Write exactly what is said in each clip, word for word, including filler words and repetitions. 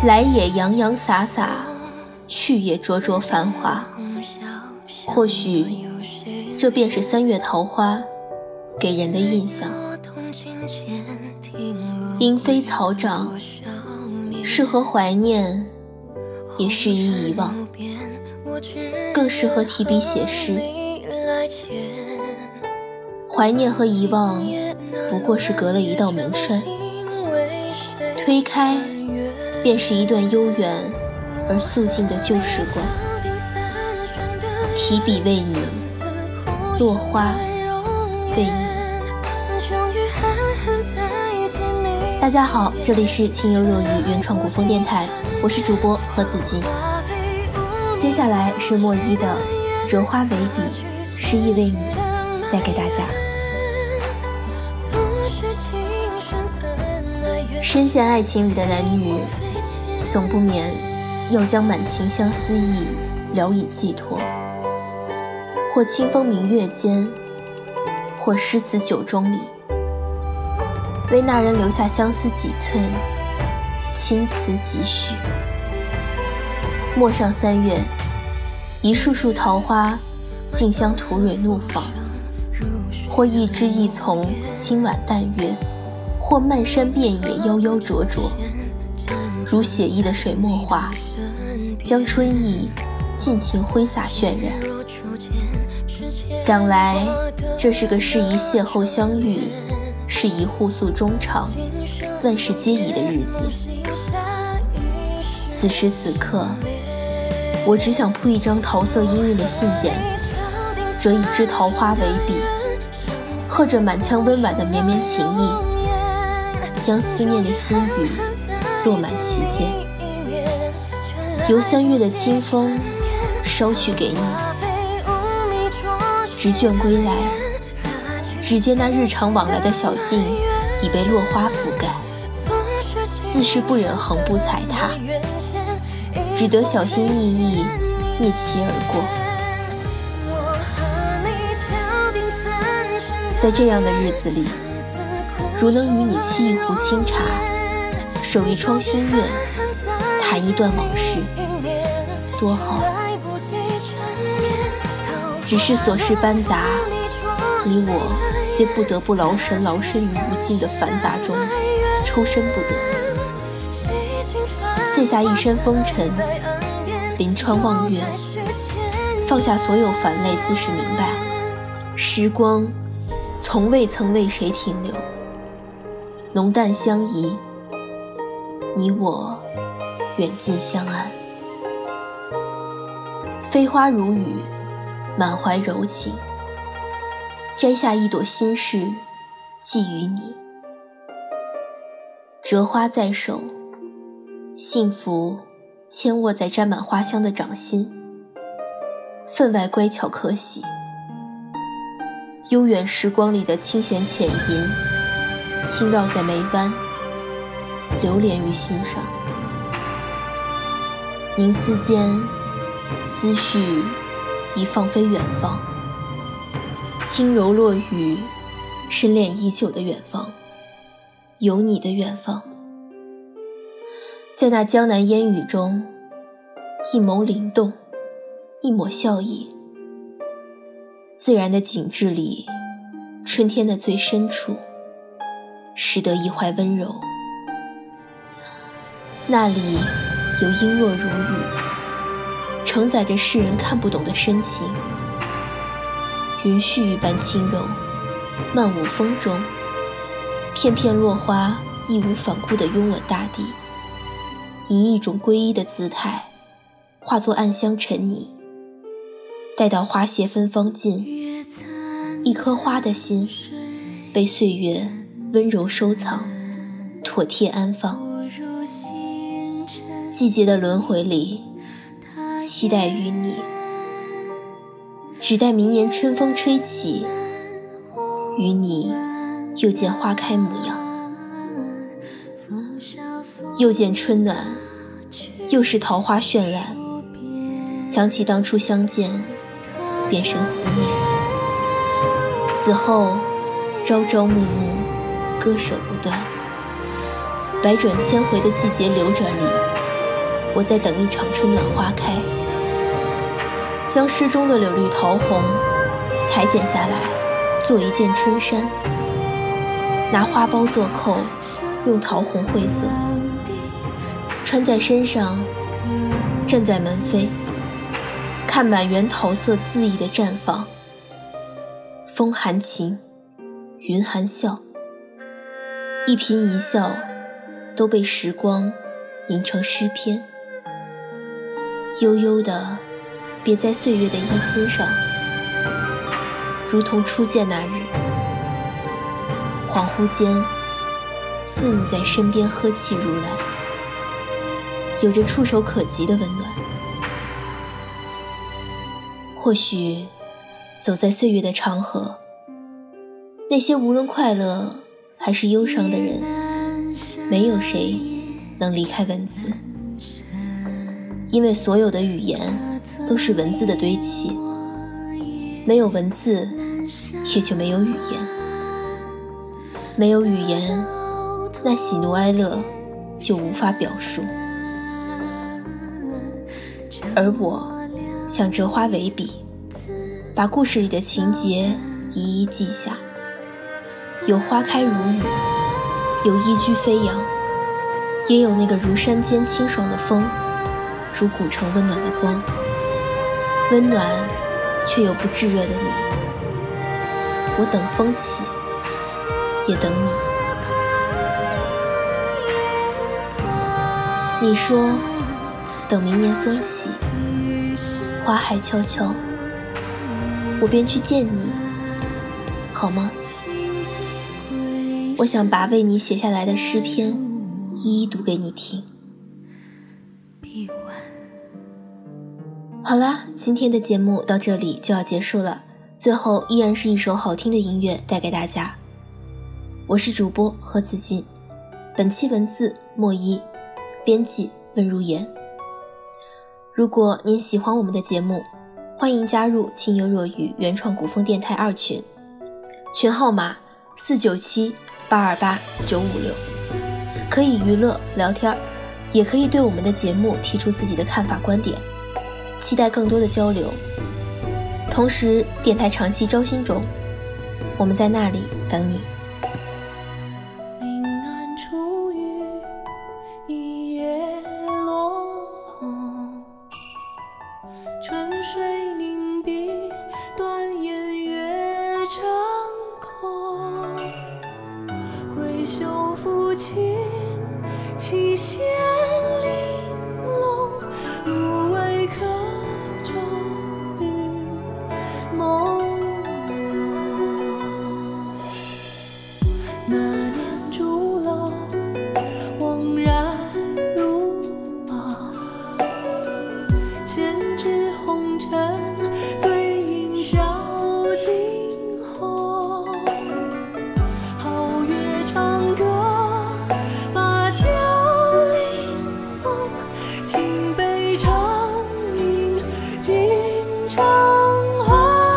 来也洋洋洒洒，去也灼灼繁华。或许这便是三月桃花给人的印象。莺飞草长，适合怀念，也适宜遗忘，更适合提笔写诗。怀念和遗忘不过是隔了一道门栓，推开便是一段悠远而肃静的旧时光。提笔为你，落花为你。大家好，这里是清幽若雨原创古风电台，我是主播何子金。接下来是莫一的折花为笔，诗意为你，带给大家。深陷爱情里的男女，总不免要将满情相思意聊以寄托，或清风明月间，或诗词酒中里，为那人留下相思几寸，青词几许。陌上三月，一束束桃花竞相吐蕊怒放，或一枝一丛清婉淡月，或漫山遍野夭夭灼灼，如写意的水墨画，将春意尽情挥洒渲染。想来这是个适宜邂逅相遇，适宜互诉衷肠，万事皆宜的日子。此时此刻，我只想铺一张桃色氤氲的信笺，折一枝桃花为笔，和着满腔温婉的绵绵情意，将思念的心语落满其间，由三月的清风捎去给你。执卷归来，只见那日常往来的小径已被落花覆盖，自是不忍横步踩踏，只得小心翼翼蹑其而过。在这样的日子里，如能与你沏一壶清茶，守一窗新月，谈一段往事，多好。只是琐事繁杂，你我皆不得不劳神劳身于无尽的繁杂中，抽身不得。卸下一身风尘，临窗望月，放下所有烦累，自是明白，时光从未曾为谁停留。浓淡相宜，你我远近相安。飞花如雨，满怀柔情，摘下一朵心事寄予你。折花在手，幸福牵握在沾满花香的掌心，分外乖巧可喜。悠远时光里的清闲浅吟，轻绕在眉弯，流连于心上。凝思间，思绪已放飞远方，轻柔落雨，深恋已久的远方，有你的远方。在那江南烟雨中，一眸灵动，一抹笑意。自然的景致里，春天的最深处，识得一怀温柔。那里有璎珞如雨，承载着世人看不懂的深情。云絮一般轻柔，漫舞风中，片片落花义无反顾地拥吻大地，以一种皈依的姿态，化作暗香沉溺。待到花谢芬芳尽，一颗花的心被岁月温柔收藏，妥帖安放。季节的轮回里，期待与你，只待明年春风吹起，与你又见花开模样，又见春暖，又是桃花绚烂。想起当初相见，便生思念。此后朝朝暮暮，割舍不断。百转千回的季节流转里， 我在等一场春暖花开，将诗中的柳绿桃红裁剪下来做一件春衫，拿花苞做扣，用桃红绘色穿在身上，站在门扉，看满园桃色恣意的绽放。风含情，云含笑，一颦一笑都被时光凝成诗篇，悠悠地别在岁月的衣襟上，如同初见那日。恍惚间，似你在身边呵气如兰，有着触手可及的温暖。或许走在岁月的长河，那些无论快乐还是忧伤的人，没有谁能离开文字，因为所有的语言都是文字的堆砌，没有文字也就没有语言，没有语言，那喜怒哀乐就无法表述。而我想折花为笔，把故事里的情节一一记下，有花开如雨，有一居飞扬，也有那个如山间清爽的风，如古城温暖的光，温暖却又不炙热的你。我等风起，也等你。你说等明年风起，花还悄悄，我便去见你，好吗？我想把为你写下来的诗篇一一读给你听。好啦，今天的节目到这里就要结束了，最后依然是一首好听的音乐带给大家。我是主播何子金，本期文字莫一，编辑温如言。如果您喜欢我们的节目，欢迎加入清幽若雨原创古风电台二群，群号码四九七八二八九五六，可以娱乐聊天，也可以对我们的节目提出自己的看法观点，期待更多的交流。同时电台长期招新中，我们在那里等你。 临安初雨，一叶落红，春水凝碧，断烟月成空。挥袖抚琴，七弦玲珑，芦苇刻舟与梦容。那年朱楼，惘然如梦，闲置红尘，醉饮笑惊鸿。皓月长歌，把酒临风，清杯长饮尽成红。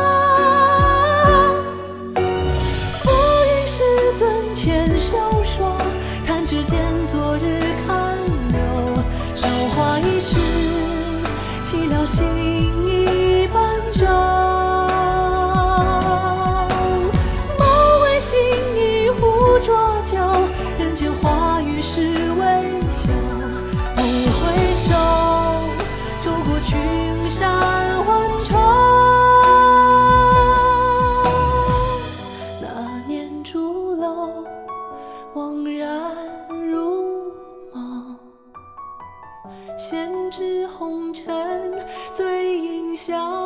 浮云世尊千袖霜，弹指间昨日看流。韶华易逝，岂料心意半生。浊酒，人间花雨是微笑。梦回首，走过群山环重。那年朱楼，惘然如梦，闲置红尘，醉饮笑。